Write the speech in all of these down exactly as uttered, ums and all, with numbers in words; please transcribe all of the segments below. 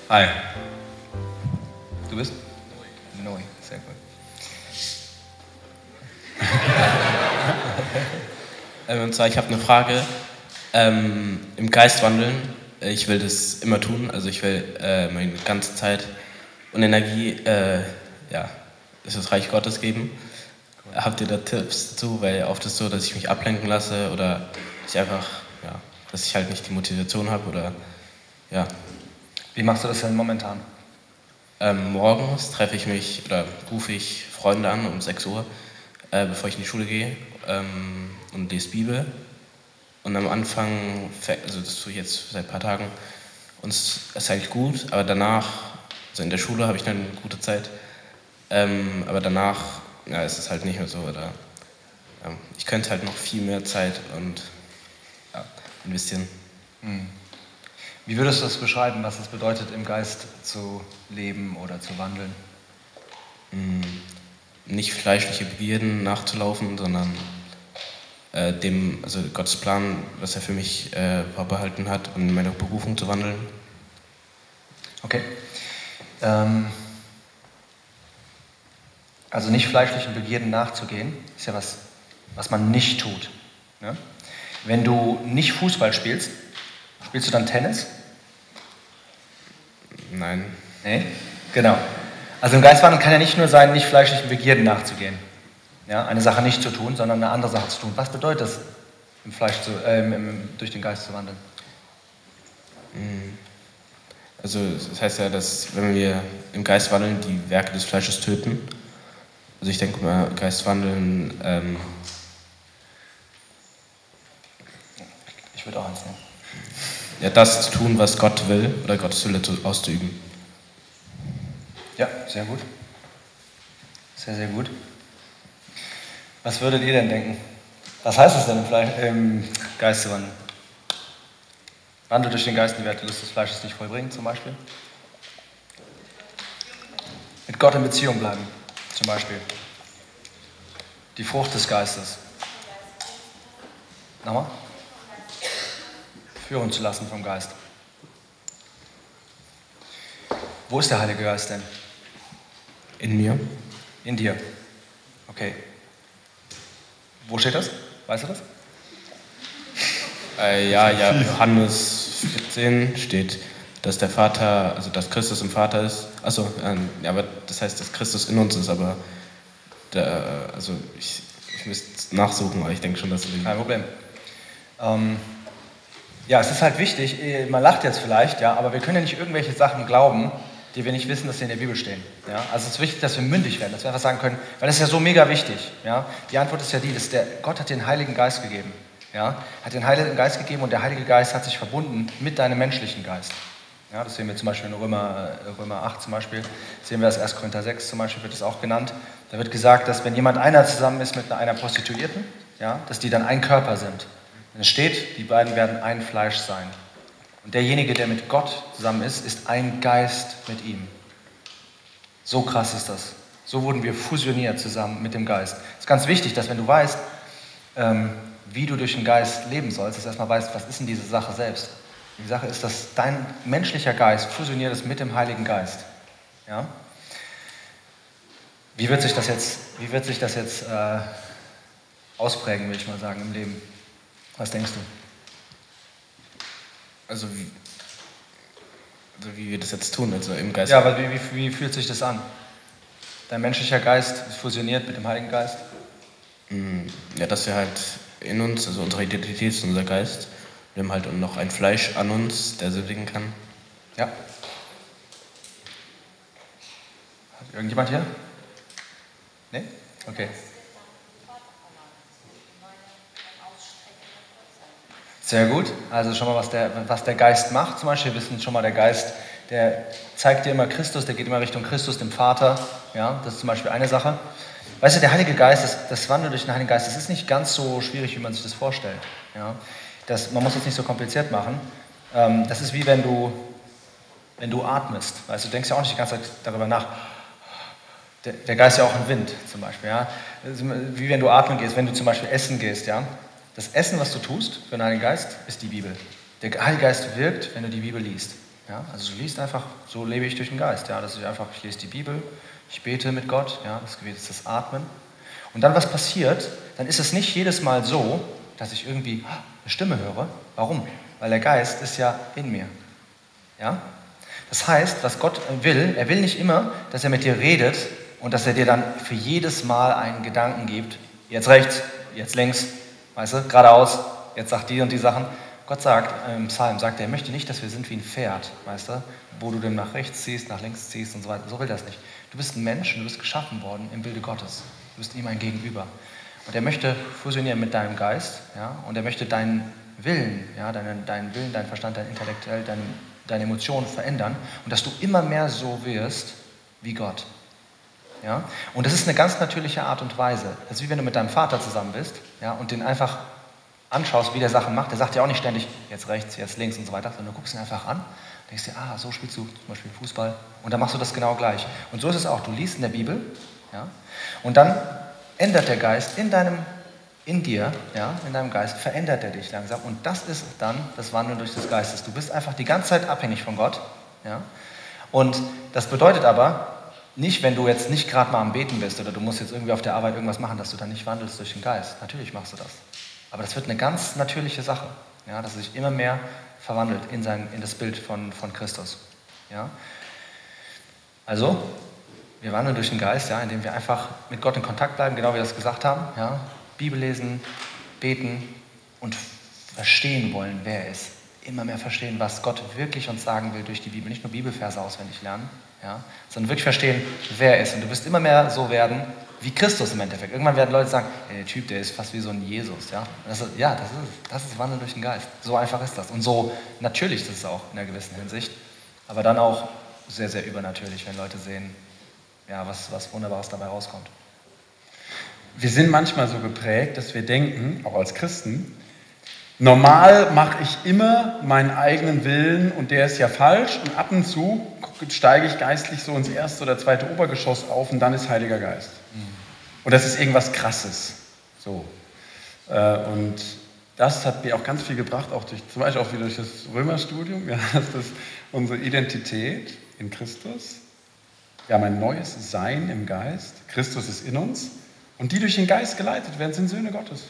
Hi. Du bist? Noi, sehr gut. ähm, und zwar, ich habe eine Frage. Ähm, Im Geist wandeln, ich will das immer tun, also ich will äh, meine ganze Zeit und Energie, äh, ja, das Reich Gottes geben. Cool. Habt ihr da Tipps dazu? Weil oft ist es so, dass ich mich ablenken lasse oder ich einfach, ja, dass ich halt nicht die Motivation habe oder, ja. Wie machst du das denn momentan? Ähm, morgens treffe ich mich oder rufe ich Freunde an um sechs Uhr, äh, bevor ich in die Schule gehe ähm, und lese Bibel. Und am Anfang, also das tue ich jetzt seit ein paar Tagen, und es ist eigentlich gut, aber danach, also in der Schule habe ich dann eine gute Zeit, ähm, aber danach, ja, ist es halt nicht mehr so. Oder, ja, ich könnte halt noch viel mehr Zeit und ja, investieren. Hm. Wie würdest du das beschreiben, was es bedeutet, im Geist zu leben oder zu wandeln? Hm, nicht fleischliche Begierden nachzulaufen, sondern äh, dem, also Gottes Plan, was er für mich äh, vorbehalten hat, und in meiner Berufung zu wandeln. Okay. Ähm, also nicht fleischlichen Begierden nachzugehen, ist ja was, was man nicht tut. Ne? Wenn du nicht Fußball spielst, spielst du dann Tennis? Nein. Nee? Genau. Also im Geistwandeln kann ja nicht nur sein, nicht fleischlichen Begierden nachzugehen. Ja, eine Sache nicht zu tun, sondern eine andere Sache zu tun. Was bedeutet das, im Fleisch zu, äh, im, durch den Geist zu wandeln? Also das heißt ja, dass wenn wir im Geist wandeln, die Werke des Fleisches töten. Also ich denke mal, Geist wandeln... Ähm ich würde auch eins nehmen. Ja, das zu tun, was Gott will, oder Gottes Wille auszuüben. Ja, sehr gut. Sehr, sehr gut. Was würdet ihr denn denken? Was heißt es denn im, Fleisch, im Geist zu wandeln? Wandel durch den Geist, die Werte des Fleisches nicht vollbringen, zum Beispiel. Mit Gott in Beziehung bleiben, zum Beispiel. Die Frucht des Geistes. Nochmal? Führen zu lassen vom Geist. Wo ist der Heilige Geist denn? In mir. In dir. Okay. Wo steht das? Weißt du das? Äh, ja, ja, Johannes vierzehn steht, dass der Vater, also dass Christus im Vater ist. Achso, ähm, ja, aber das heißt, dass Christus in uns ist, aber der, also ich, ich müsste nachsuchen, aber ich denke schon, dass wir... Kein Problem. Ähm, ja, es ist halt wichtig, man lacht jetzt vielleicht, ja, aber wir können ja nicht irgendwelche Sachen glauben, die wir nicht wissen, dass sie in der Bibel stehen. Ja? Also es ist wichtig, dass wir mündig werden, dass wir einfach sagen können, weil das ist ja so mega wichtig. Ja? Die Antwort ist ja die, dass der, Gott hat den Heiligen Geist gegeben. Ja? Hat den Heiligen Geist gegeben und der Heilige Geist hat sich verbunden mit deinem menschlichen Geist. Ja, das sehen wir zum Beispiel in Römer, Römer acht zum Beispiel, sehen wir das erster Korinther sechs zum Beispiel, wird das auch genannt. Da wird gesagt, dass wenn jemand einer zusammen ist mit einer Prostituierten, ja, dass die dann ein Körper sind. Und es steht, die beiden werden ein Fleisch sein. Und derjenige, der mit Gott zusammen ist, ist ein Geist mit ihm. So krass ist das. So wurden wir fusioniert zusammen mit dem Geist. Es ist ganz wichtig, dass wenn du weißt, ähm, wie du durch den Geist leben sollst, dass du erstmal weißt, was ist denn diese Sache selbst. Die Sache ist, dass dein menschlicher Geist fusioniert ist mit dem Heiligen Geist. Ja? Wie wird sich das jetzt, wie wird sich das jetzt äh, ausprägen, würde ich mal sagen, im Leben? Was denkst du? Also wie, also wie wir das jetzt tun, also im Geist. Ja, aber wie, wie, wie fühlt sich das an? Dein menschlicher Geist ist fusioniert mit dem Heiligen Geist? Ja, dass wir halt in uns, also unsere Identität ist unser Geist. Wir haben halt noch ein Fleisch an uns, der sündigen kann. Ja. Hat irgendjemand hier? Nee? Okay. Sehr gut. Also schon mal, was der, was der Geist macht. Zum Beispiel, wir wissen schon mal, der Geist, der zeigt dir immer Christus, der geht immer Richtung Christus, dem Vater. Ja, das ist zum Beispiel eine Sache. Weißt du, der Heilige Geist, das, das Wandeln durch den Heiligen Geist, das ist nicht ganz so schwierig, wie man sich das vorstellt. Ja, das, man muss das nicht so kompliziert machen. Ähm, das ist wie wenn du, wenn du atmest. Weißt du, du denkst ja auch nicht die ganze Zeit darüber nach. Der, der Geist ist ja auch ein Wind zum Beispiel. Ja? Wie wenn du atmen gehst, wenn du zum Beispiel essen gehst. Ja? Das Essen, was du tust für den Heiligen Geist, ist die Bibel. Der Heilige Geist wirkt, wenn du die Bibel liest. Ja? Also du liest einfach, so lebe ich durch den Geist. Ja? Das ist einfach, ich lese die Bibel, ich bete mit Gott, ja? Das Gebet ist das Atmen. Und dann, was passiert, dann ist es nicht jedes Mal so, dass ich irgendwie eine Stimme höre. Warum? Weil der Geist ist ja in mir. Ja? Das heißt, was Gott will, er will nicht immer, dass er mit dir redet und dass er dir dann für jedes Mal einen Gedanken gibt. Jetzt rechts, jetzt links, weißt du, geradeaus, jetzt sagt die und die Sachen. Gott sagt, im Psalm sagt er, er möchte nicht, dass wir sind wie ein Pferd, weißt du, wo du dem nach rechts ziehst, nach links ziehst und so weiter. So will das nicht. Du bist ein Mensch und du bist geschaffen worden im Bilde Gottes. Du bist ihm ein Gegenüber. Und er möchte fusionieren mit deinem Geist, ja, und er möchte deinen Willen, ja, deinen, deinen Willen, deinen Verstand, dein Intellektuell, dein, deine Emotionen verändern und dass du immer mehr so wirst wie Gott. Ja? Und das ist eine ganz natürliche Art und Weise. Das ist wie wenn du mit deinem Vater zusammen bist, ja, und den einfach anschaust, wie der Sachen macht. Der sagt ja auch nicht ständig, jetzt rechts, jetzt links und so weiter, sondern du guckst ihn einfach an, denkst dir, ah, so spielst du zum Beispiel Fußball und dann machst du das genau gleich. Und so ist es auch, du liest in der Bibel, ja, und dann ändert der Geist in deinem, in dir, ja, in deinem Geist, verändert er dich langsam und das ist dann das Wandeln durch des Geistes. Du bist einfach die ganze Zeit abhängig von Gott, ja, und das bedeutet aber nicht, wenn du jetzt nicht gerade mal am Beten bist oder du musst jetzt irgendwie auf der Arbeit irgendwas machen, dass du dann nicht wandelst durch den Geist. Natürlich machst du das. Aber das wird eine ganz natürliche Sache, ja, dass es sich immer mehr verwandelt in, sein, in das Bild von, von Christus. Ja. Also, wir wandeln durch den Geist, ja, indem wir einfach mit Gott in Kontakt bleiben, genau wie wir das gesagt haben. Ja. Bibel lesen, beten und verstehen wollen, wer er ist. Immer mehr verstehen, was Gott wirklich uns sagen will durch die Bibel. Nicht nur Bibelverse auswendig lernen, ja, sondern wirklich verstehen, wer er ist. Und du wirst immer mehr so werden wie Christus im Endeffekt. Irgendwann werden Leute sagen, hey, der Typ, der ist fast wie so ein Jesus. Ja, das ist, ja, das ist, das ist Wandeln durch den Geist. So einfach ist das. Und so natürlich ist es auch in einer gewissen Hinsicht. Aber dann auch sehr, sehr übernatürlich, wenn Leute sehen, ja, was, was Wunderbares dabei rauskommt. Wir sind manchmal so geprägt, dass wir denken, auch als Christen, normal mache ich immer meinen eigenen Willen und der ist ja falsch und ab und zu steige ich geistlich so ins erste oder zweite Obergeschoss auf und dann ist Heiliger Geist. Mhm. Und das ist irgendwas Krasses. So. Und das hat mir auch ganz viel gebracht, auch durch, zum Beispiel auch wieder durch das Römerstudium. Ja, das ist unsere Identität in Christus. Wir haben ein neues Sein im Geist. Christus ist in uns. Und die durch den Geist geleitet werden, sind Söhne Gottes.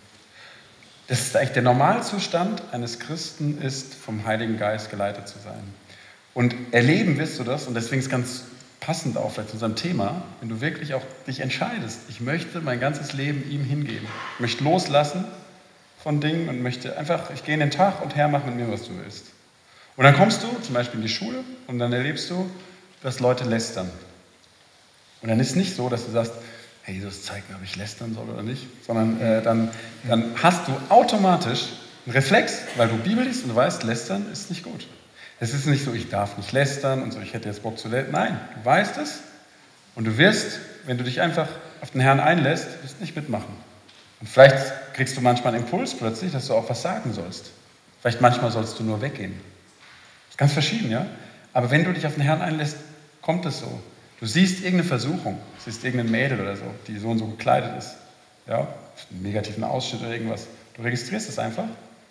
Das ist eigentlich der Normalzustand eines Christen, ist vom Heiligen Geist geleitet zu sein. Und erleben wirst du das, und deswegen ist es ganz passend auch vielleicht zu unserem Thema, wenn du wirklich auch dich entscheidest, ich möchte mein ganzes Leben ihm hingeben. Ich möchte loslassen von Dingen und möchte einfach, ich gehe in den Tag und Herr, mach mit mir, was du willst. Und dann kommst du zum Beispiel in die Schule und dann erlebst du, dass Leute lästern. Und dann ist es nicht so, dass du sagst, hey, Jesus, zeig mir, ob ich lästern soll oder nicht, sondern äh, dann, dann hast du automatisch einen Reflex, weil du Bibel liest und du weißt, lästern ist nicht gut. Es ist nicht so, ich darf nicht lästern und so, ich hätte jetzt Bock zu lästern. Nein, du weißt es und du wirst, wenn du dich einfach auf den Herrn einlässt, wirst nicht mitmachen. Und vielleicht kriegst du manchmal einen Impuls plötzlich, dass du auch was sagen sollst. Vielleicht manchmal sollst du nur weggehen. Das ist ganz verschieden, ja? Aber wenn du dich auf den Herrn einlässt, kommt es so. Du siehst irgendeine Versuchung, du siehst irgendein Mädel oder so, die so und so gekleidet ist, ja, einen negativen Ausschnitt oder irgendwas. Du registrierst es einfach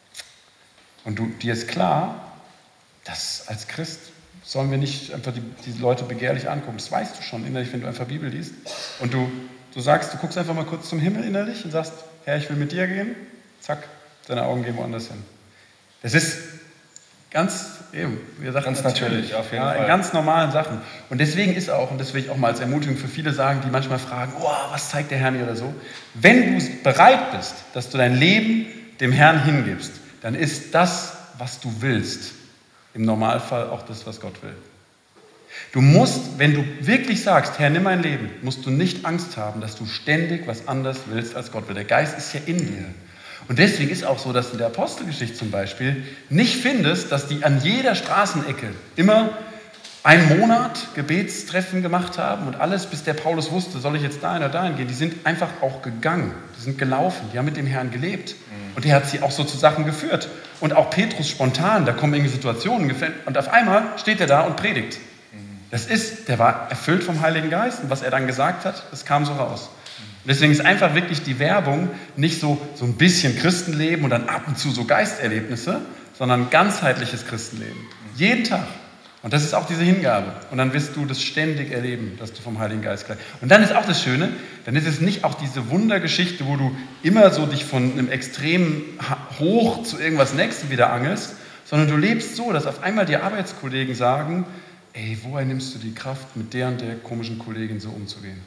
und du, dir ist klar, dass als Christ sollen wir nicht einfach die, die Leute begehrlich angucken. Das weißt du schon innerlich, wenn du einfach Bibel liest. Und du, du sagst, du guckst einfach mal kurz zum Himmel innerlich und sagst, Herr, ich will mit dir gehen. Zack, deine Augen gehen woanders hin. Das ist ganz, eben, wie gesagt, ganz natürlich, auf jeden ja, Fall. In ganz normalen Sachen. Und deswegen ist auch, und das will ich auch mal als Ermutigung für viele sagen, die manchmal fragen, oh, was zeigt der Herr mir oder so. Wenn du bereit bist, dass du dein Leben dem Herrn hingibst, dann ist das, was du willst, im Normalfall auch das, was Gott will. Du musst, wenn du wirklich sagst, Herr, nimm mein Leben, musst du nicht Angst haben, dass du ständig was anderes willst, als Gott will. Der Geist ist ja in dir. Und deswegen ist auch so, dass du in der Apostelgeschichte zum Beispiel nicht findest, dass die an jeder Straßenecke immer einen Monat Gebetstreffen gemacht haben und alles, bis der Paulus wusste, soll ich jetzt dahin oder dahin gehen. Die sind einfach auch gegangen, die sind gelaufen, die haben mit dem Herrn gelebt. Und der hat sie auch so zu Sachen geführt. Und auch Petrus spontan, da kommen irgendwie Situationen und auf einmal steht er da und predigt. Das ist, der war erfüllt vom Heiligen Geist und was er dann gesagt hat, das kam so raus. Und deswegen ist einfach wirklich die Werbung nicht so, so ein bisschen Christenleben und dann ab und zu so Geisterlebnisse, sondern ganzheitliches Christenleben. Jeden Tag. Und das ist auch diese Hingabe. Und dann wirst du das ständig erleben, dass du vom Heiligen Geist gleich. Und dann ist auch das Schöne, dann ist es nicht auch diese Wundergeschichte, wo du immer so dich von einem Extrem hoch zu irgendwas Nächstem wieder angelst, sondern du lebst so, dass auf einmal die Arbeitskollegen sagen, ey, woher nimmst du die Kraft, mit der und der komischen Kollegin so umzugehen?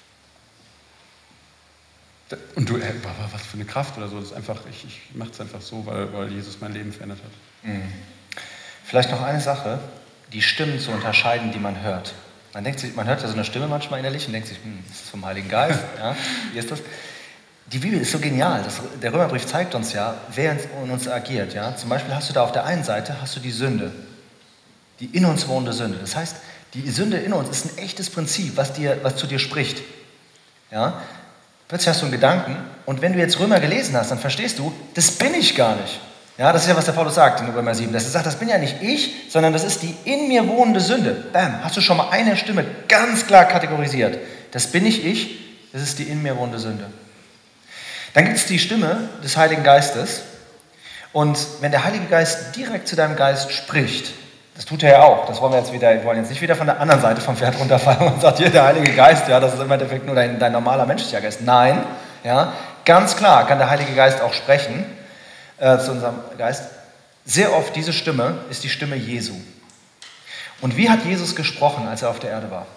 Und du, ey, was für eine Kraft oder so, das ist einfach, ich, ich mache es einfach so, weil, weil Jesus mein Leben verändert hat. Mhm. Vielleicht noch eine Sache, die Stimmen zu unterscheiden, die man hört. Man denkt sich, man hört ja so eine Stimme manchmal innerlich und denkt sich, hm, ist das vom Heiligen Geist? Ja, wie ist das? Die Bibel ist so genial. Das, der Römerbrief zeigt uns ja, wer in uns agiert. Ja? Zum Beispiel hast du da auf der einen Seite hast du die Sünde, die in uns wohnende Sünde. Das heißt, die Sünde in uns ist ein echtes Prinzip, was, dir, was zu dir spricht. Ja? Plötzlich hast du einen Gedanken und wenn du jetzt Römer gelesen hast, dann verstehst du, das bin ich gar nicht. Ja, das ist ja, was der Paulus sagt in Römer sieben. Dass er sagt, das bin ja nicht ich, sondern das ist die in mir wohnende Sünde. Bam, hast du schon mal eine Stimme ganz klar kategorisiert. Das bin nicht ich, das ist die in mir wohnende Sünde. Dann gibt es die Stimme des Heiligen Geistes. Und wenn der Heilige Geist direkt zu deinem Geist spricht, das tut er ja auch, das wollen wir jetzt wieder, wir wollen jetzt nicht wieder von der anderen Seite vom Pferd runterfallen und sagt, hier der Heilige Geist, ja, das ist im Endeffekt nur dein, dein normaler menschlicher Geist. Nein, ja, ganz klar kann der Heilige Geist auch sprechen äh, zu unserem Geist. Sehr oft diese Stimme ist die Stimme Jesu. Und wie hat Jesus gesprochen, als er auf der Erde war?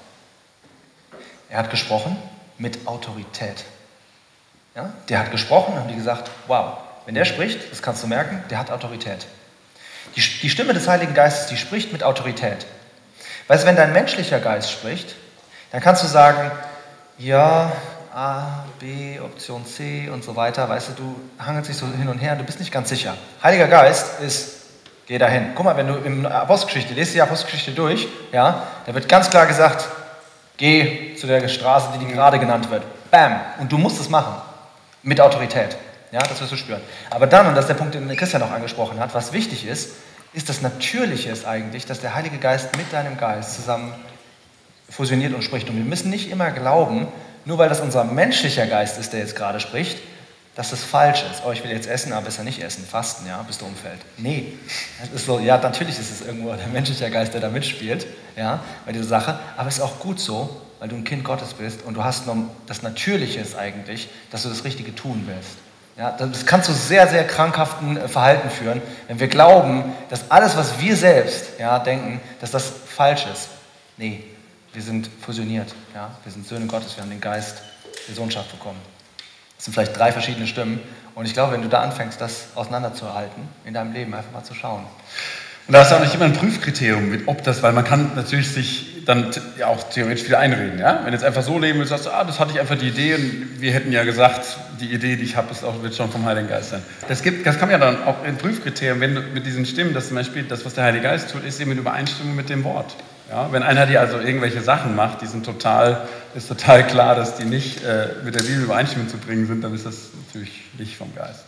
Er hat gesprochen mit Autorität. Ja? Der hat gesprochen, haben die gesagt, wow, wenn der spricht, das kannst du merken, der hat Autorität. Die, die Stimme des Heiligen Geistes, die spricht mit Autorität. Weißt du, wenn dein menschlicher Geist spricht, dann kannst du sagen, ja, A, B, Option C und so weiter, weißt du, du hangelst dich so hin und her, du bist nicht ganz sicher. Heiliger Geist ist, geh dahin. Guck mal, wenn du in der Apostelgeschichte, lest die Apostelgeschichte durch, ja, da wird ganz klar gesagt, geh zu der Straße, die, die gerade genannt wird. Bam, und du musst es machen. Mit Autorität. Ja, das wirst du spüren. Aber dann, und das ist der Punkt, den Christian noch angesprochen hat, was wichtig ist, ist das Natürliche ist eigentlich, dass der Heilige Geist mit deinem Geist zusammen fusioniert und spricht. Und wir müssen nicht immer glauben, nur weil das unser menschlicher Geist ist, der jetzt gerade spricht, dass das falsch ist. Oh, ich will jetzt essen, aber besser nicht essen. Fasten, ja, bis du umfällt. Nee, das ist so, ja, natürlich ist es irgendwo der menschliche Geist, der da mitspielt, ja, bei dieser Sache. Aber es ist auch gut so, weil du ein Kind Gottes bist und du hast noch, das Natürliche ist eigentlich, dass du das Richtige tun willst. Ja, das kann zu sehr, sehr krankhaften Verhalten führen, wenn wir glauben, dass alles, was wir selbst ja, denken, dass das falsch ist. Nee, wir sind fusioniert. Ja? Wir sind Söhne Gottes, wir haben den Geist der Sohnschaft bekommen. Das sind vielleicht drei verschiedene Stimmen. Und ich glaube, wenn du da anfängst, das auseinanderzuhalten, in deinem Leben einfach mal zu schauen. Und da ist auch nicht immer ein Prüfkriterium, ob das, weil man kann natürlich sich dann ja auch theoretisch wieder einreden. Ja? Wenn du jetzt einfach so leben willst, sagst du, ah, das hatte ich einfach die Idee und wir hätten ja gesagt, die Idee, die ich habe, ist auch, wird schon vom Heiligen Geist sein. Das, gibt, das kann man ja dann auch in Prüfkriterien, wenn du mit diesen Stimmen, das zum Beispiel, das, was der Heilige Geist tut, ist eben in Übereinstimmung mit dem Wort. Ja? Wenn einer dir also irgendwelche Sachen macht, die sind total, ist total klar, dass die nicht äh, mit der Bibel in Übereinstimmung zu bringen sind, dann ist das natürlich nicht vom Geist.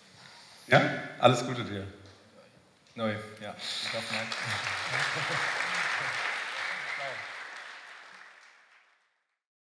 Ja? Alles Gute dir. Neu, ja. Ich darf mal.